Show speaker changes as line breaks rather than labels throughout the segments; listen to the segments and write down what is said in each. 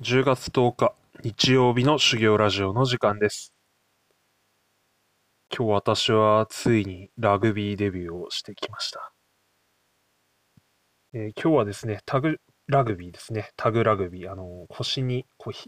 10月10日日曜日の修行ラジオの時間です。今日私はついにラグビーデビューをしてきました。今日はですね、タグラグビーですね。タグラグビー。腰に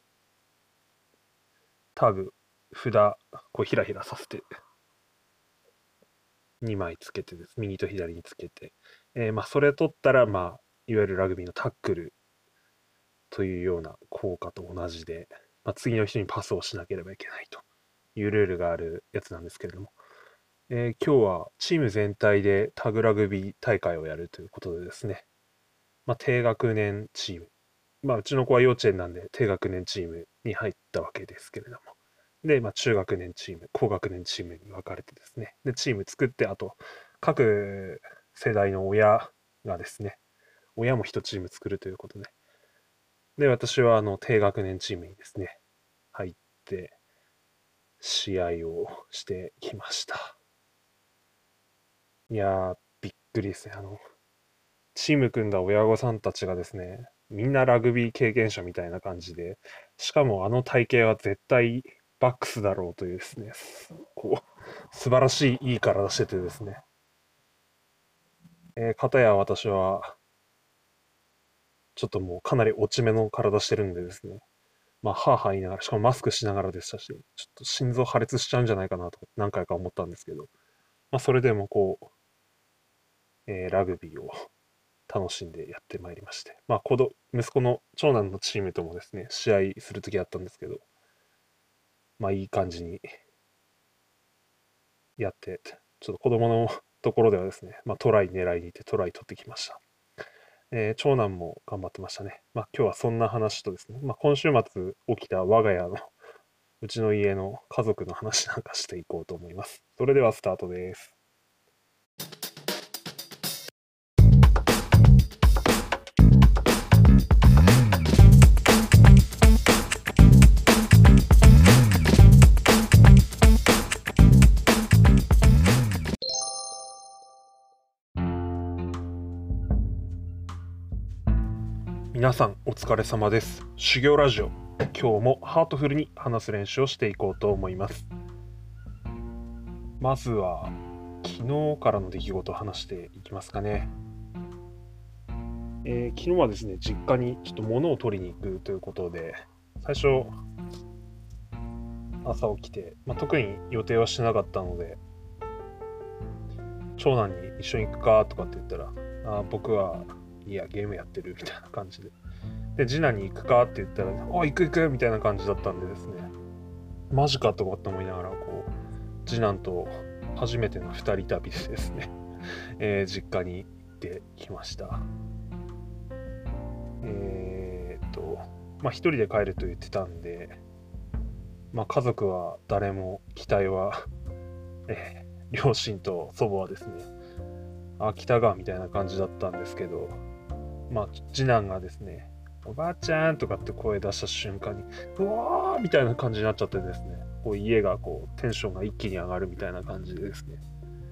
タグ、札、ひらひらさせて、2枚つけてです。右と左につけて。それ取ったら、いわゆるラグビーのタックルというような効果と同じで、次の人にパスをしなければいけないというルールがあるやつなんですけれども、今日はチーム全体でタグラグビー大会をやるということでですね、低学年チーム、うちの子は幼稚園なんで低学年チームに入ったわけですけれども、で、中学年チーム、高学年チームに分かれてですね、で、チーム作って、あと、各世代の親がですね、親も一チーム作るということで、私は低学年チームにですね、入って、試合をしてきました。いやー、びっくりですね。チーム組んだ親御さんたちがですね、みんなラグビー経験者みたいな感じで、しかもあの体型は絶対バックスだろうというですね、素晴らしいいい体しててですね、片や私は、ちょっともうかなり落ち目の体してるんでですね、はぁはぁ言いながら、しかもマスクしながらでしたし、ちょっと心臓破裂しちゃうんじゃないかなと何回か思ったんですけど、それでもラグビーを楽しんでやってまいりまして、息子の長男のチームともですね、試合するときあったんですけど、いい感じにやって、ちょっと子供のところではですね、トライ狙いに行ってトライ取ってきました。長男も頑張ってましたね。今日はそんな話とですね、今週末起きた我が家のうちの家の家族の話なんかしていこうと思います。それではスタートです。皆さんお疲れ様です。修行ラジオ。今日もハートフルに話す練習をしていこうと思います。まずは昨日からの出来事を話していきますかね。昨日はですね、実家にちょっと物を取りに行くということで、最初朝起きて、特に予定はしてなかったので、長男に一緒に行くかとかって言ったら、僕はいやゲームやってるみたいな感じで、次男に行くかって言ったら、行く行くみたいな感じだったんでですね、マジかとかって思いながら、次男と初めての二人旅でですね、実家に行ってきました。一人で帰ると言ってたんで、家族は誰も期待は、両親と祖母はですね、来たがみたいな感じだったんですけど、次男がですね、おばあちゃんとかって声出した瞬間に、うわーみたいな感じになっちゃってですね、家がテンションが一気に上がるみたいな感じでですね、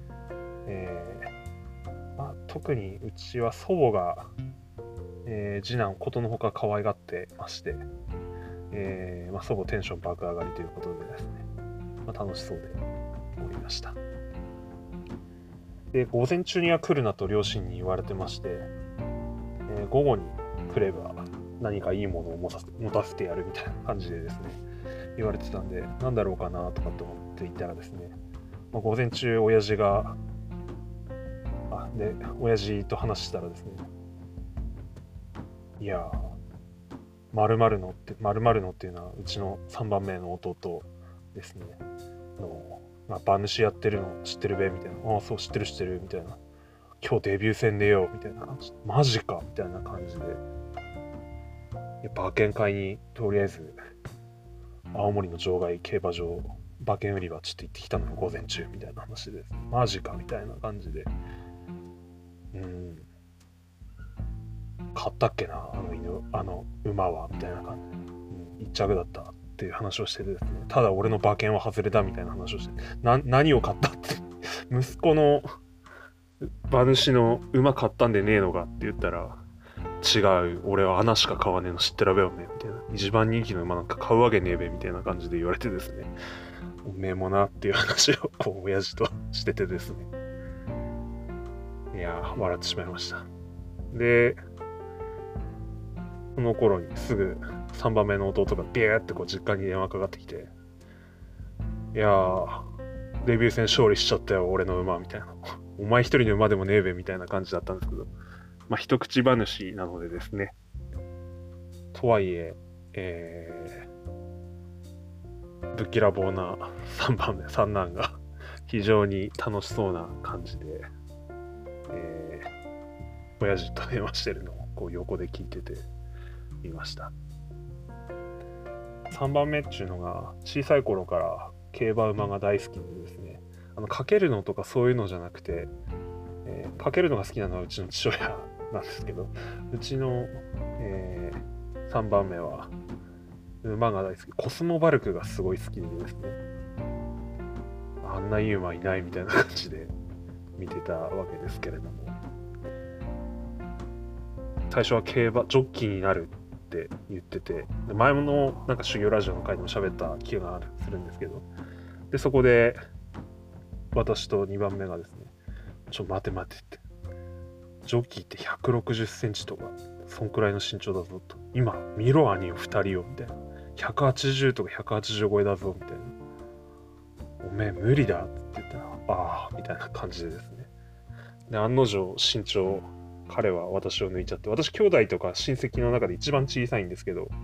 特にうちは祖母が、次男をことのほか可愛がってまして、祖母テンション爆上がりということでですね、楽しそうでおりました。で、午前中には来るなと両親に言われてまして、午後に来れば何かいいものを持たせてやるみたいな感じでですね、言われてたんで、なんだろうかなとかって思っていたらですね、午前中親父と話したらですね、いや〇〇のっていうのはうちの3番目の弟ですね、馬主やってるの知ってるべみたいな、そう知ってるみたいな、今日デビュー戦でよみたいな感じ、マジかみたいな感じで、馬券買いにとりあえず青森の場外競馬場馬券売り場ちょっと行ってきたのよ午前中みたいな話で、マジかみたいな感じで、買ったっけなあの馬はみたいな感じで、1着だったっていう話をしててですね、ただ俺の馬券は外れたみたいな話をして何を買ったって息子の馬主の馬買ったんでねえのかって言ったら、 違う、俺は穴しか買わねえの知ってらべおめえみたいな、一番人気の馬なんか買うわけねえべみたいな感じで言われてですね、おめえもなっていう話をこう親父としててですね、いやー笑ってしまいました。でその頃にすぐ3番目の弟がビューってこう実家に電話かかってきて、いやーデビュー戦勝利しちゃったよ俺の馬みたいな、お前一人の馬でもねえべみたいな感じだったんですけど、まあ一口話なのでですね、とはいえぶっきらぼうな3番目三男が非常に楽しそうな感じで、親父と電話してるのをこう横で聞いてていました。3番目っていうのが小さい頃から競馬馬が大好きでですね、かけるのとかそういうのじゃなくて、かけるのが好きなのはうちの父親なんですけど、うちの、3番目は馬が大好き、コスモバルクがすごい好きでですね、あんないい馬いないみたいな感じで見てたわけですけれども、最初は競馬ジョッキーになるって言ってて、前のなんか修行ラジオの回でも喋った気がするんですけど、でそこで私と2番目がですね、待て待てって、ジョッキーって160センチとかそんくらいの身長だぞと、今見ろ兄を2人をみたいな、180とか180超えだぞみたいな、おめえ無理だって言ったら、ああみたいな感じでですね、で案の定身長、彼は私を抜いちゃって、私兄弟とか親戚の中で一番小さいんですけど、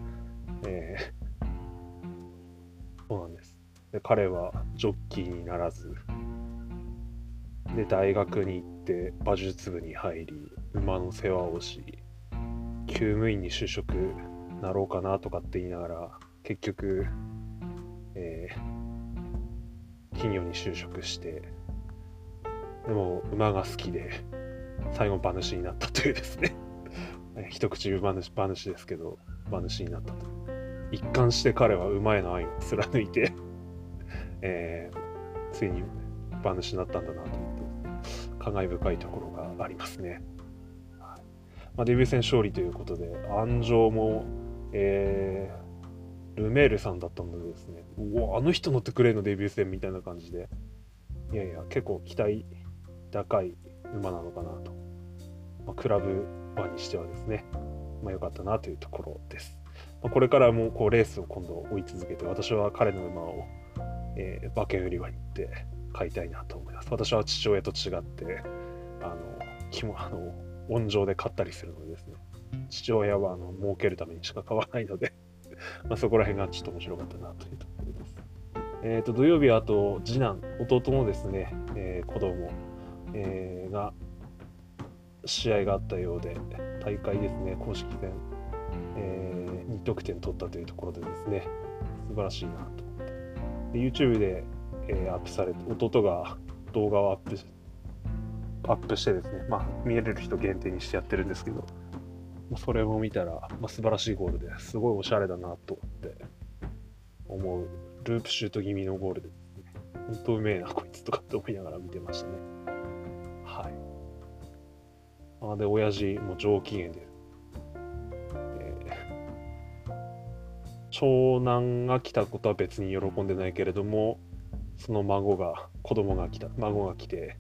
そうなんです。で彼はジョッキーにならず、で大学に行って馬術部に入り、馬の世話をし、厩務員に就職なろうかなとかって言いながら、結局、企業に就職して、でも馬が好きで最後馬主になったというですね一口馬主ですけど馬主になったと。一貫して彼は馬への愛を貫いて、ついに馬主になったんだなと思って、感慨深いところがありますね。はい、まあ、デビュー戦勝利ということで、安城も、ルメールさんだったのでですね、あの人乗ってくれのデビュー戦みたいな感じで、いやいや結構期待高い馬なのかなと、まあ、クラブ馬にしてはですね、まあ、良かったなというところです。まあ、これからもこうレースを今度追い続けて、私は彼の馬を、馬券売り場に行って買いたいなと思います。私は父親と違って温情で買ったりするのでですね、父親は儲けるためにしか買わないのでまあそこら辺がちょっと面白かったなというところです。土曜日はあと次男、弟のですね、子供、が試合があったようで、大会ですね、公式戦、2得点取ったというところでですね、素晴らしいなと思って。で YouTube で、アップされて、弟が動画をアップしてですね、まあ見れる人限定にしてやってるんですけど、それを見たら、まあ、素晴らしいゴールですごいおしゃれだなと思うループシュート気味のゴールでですね、本当うめえなこいつとかって思いながら見てましたね。はい。で親父も上機嫌で、長男が来たことは別に喜んでないけれども、その孫が来て、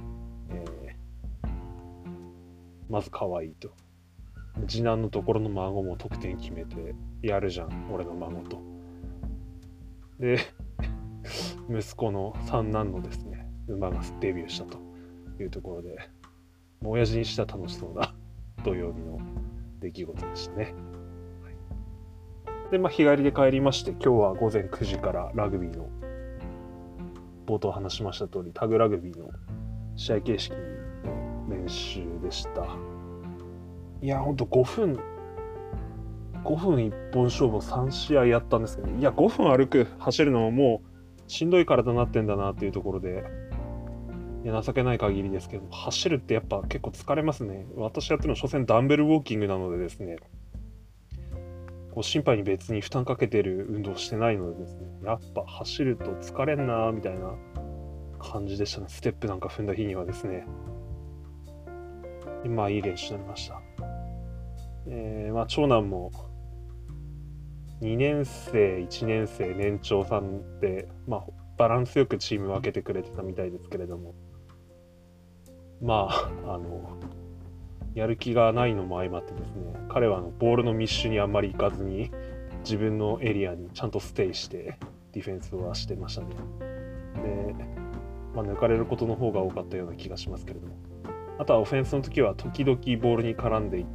まず可愛いと、次男のところの孫も得点決めてやるじゃん俺の孫と。で息子の三男のですね馬がデビューしたというところで、親父にしては楽しそうな土曜日の出来事でしたね。でまあ日帰りで帰りまして、今日は午前9時からラグビーの冒頭話しました通りタグラグビーの試合形式の練習でした。いやほんと5分一本勝負を3試合やったんですけど、いや5分走るのももうしんどい体になってんだなっていうところで、いや情けない限りですけど、走るってやっぱ結構疲れますね。私やってるのは所詮ダンベルウォーキングなのでですね、こう心肺に別に負担かけてる運動してないのでですね、やっぱ走ると疲れんなーみたいな感じでしたね。ステップなんか踏んだ日にはですね、今いい練習になりました。 まあ、長男も2年生、1年生、年長さんで、まあ、バランスよくチーム分けてくれてたみたいですけれども、まあ、やる気がないのも相まってですね、彼はボールの密集にあんまり行かずに、自分のエリアにちゃんとステイして、ディフェンスはしてましたね。で、まあ、抜かれることの方が多かったような気がしますけれども。あとはオフェンスの時は時々ボールに絡んでいって、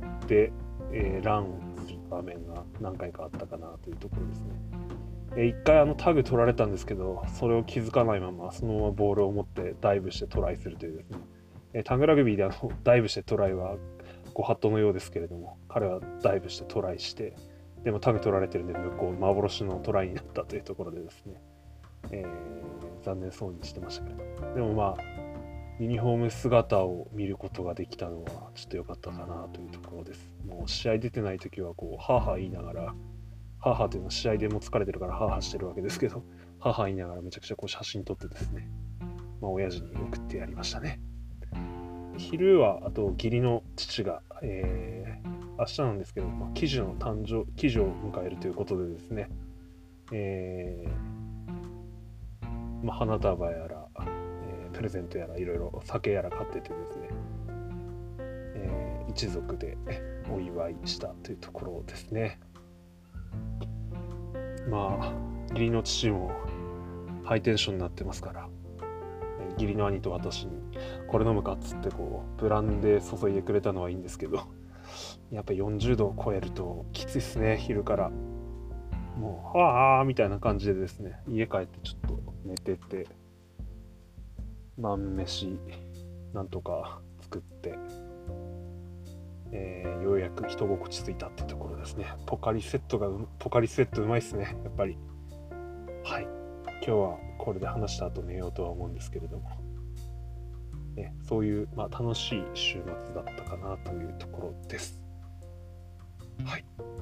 ランする場面が何回かあったかなというところですね。一回タグ取られたんですけど、それを気づかないままそのままボールを持ってダイブしてトライするというですね。タグラグビーでダイブしてトライはご法度のようですけれども、彼はダイブしてトライして、でもタグ取られてるんで向こう幻のトライになったというところでですね、残念そうにしてましたけど、でもまあユニフォーム姿を見ることができたのはちょっと良かったかなというところです。もう試合出てない時はこうハーハー言いながら、ハーハーというのは試合でも疲れてるからハーハーしてるわけですけど、ハーハー言いながらめちゃくちゃこう写真撮ってですね、まあ、親父に送ってやりましたね。昼はあと義理の父が、明日なんですけど、まあ、記事を迎えるということでですね、まあ、花束やら、プレゼントやらいろいろ酒やら買っててですね、一族でお祝いしたというところですね。まあ義理の父もハイテンションになってますから、義理の兄と私にこれ飲むかっつってこうブランで注いでくれたのはいいんですけど、やっぱ40度を超えるときついですね。昼からもうはあみたいな感じでですね、家帰ってちょっと寝てて、晩飯なんとか作って、ようやく人心地ついたってところですね。ポカリスエットうまいっすね、やっぱり。はい。今日はこれで話した後寝ようとは思うんですけれども、ね、そういう、まあ、楽しい週末だったかなというところです。はい。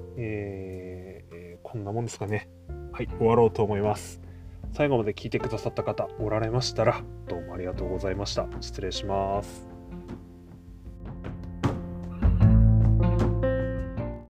こんなもんですかね。はい、終わろうと思います。最後まで聞いてくださった方おられましたら、どうもありがとうございました。失礼します。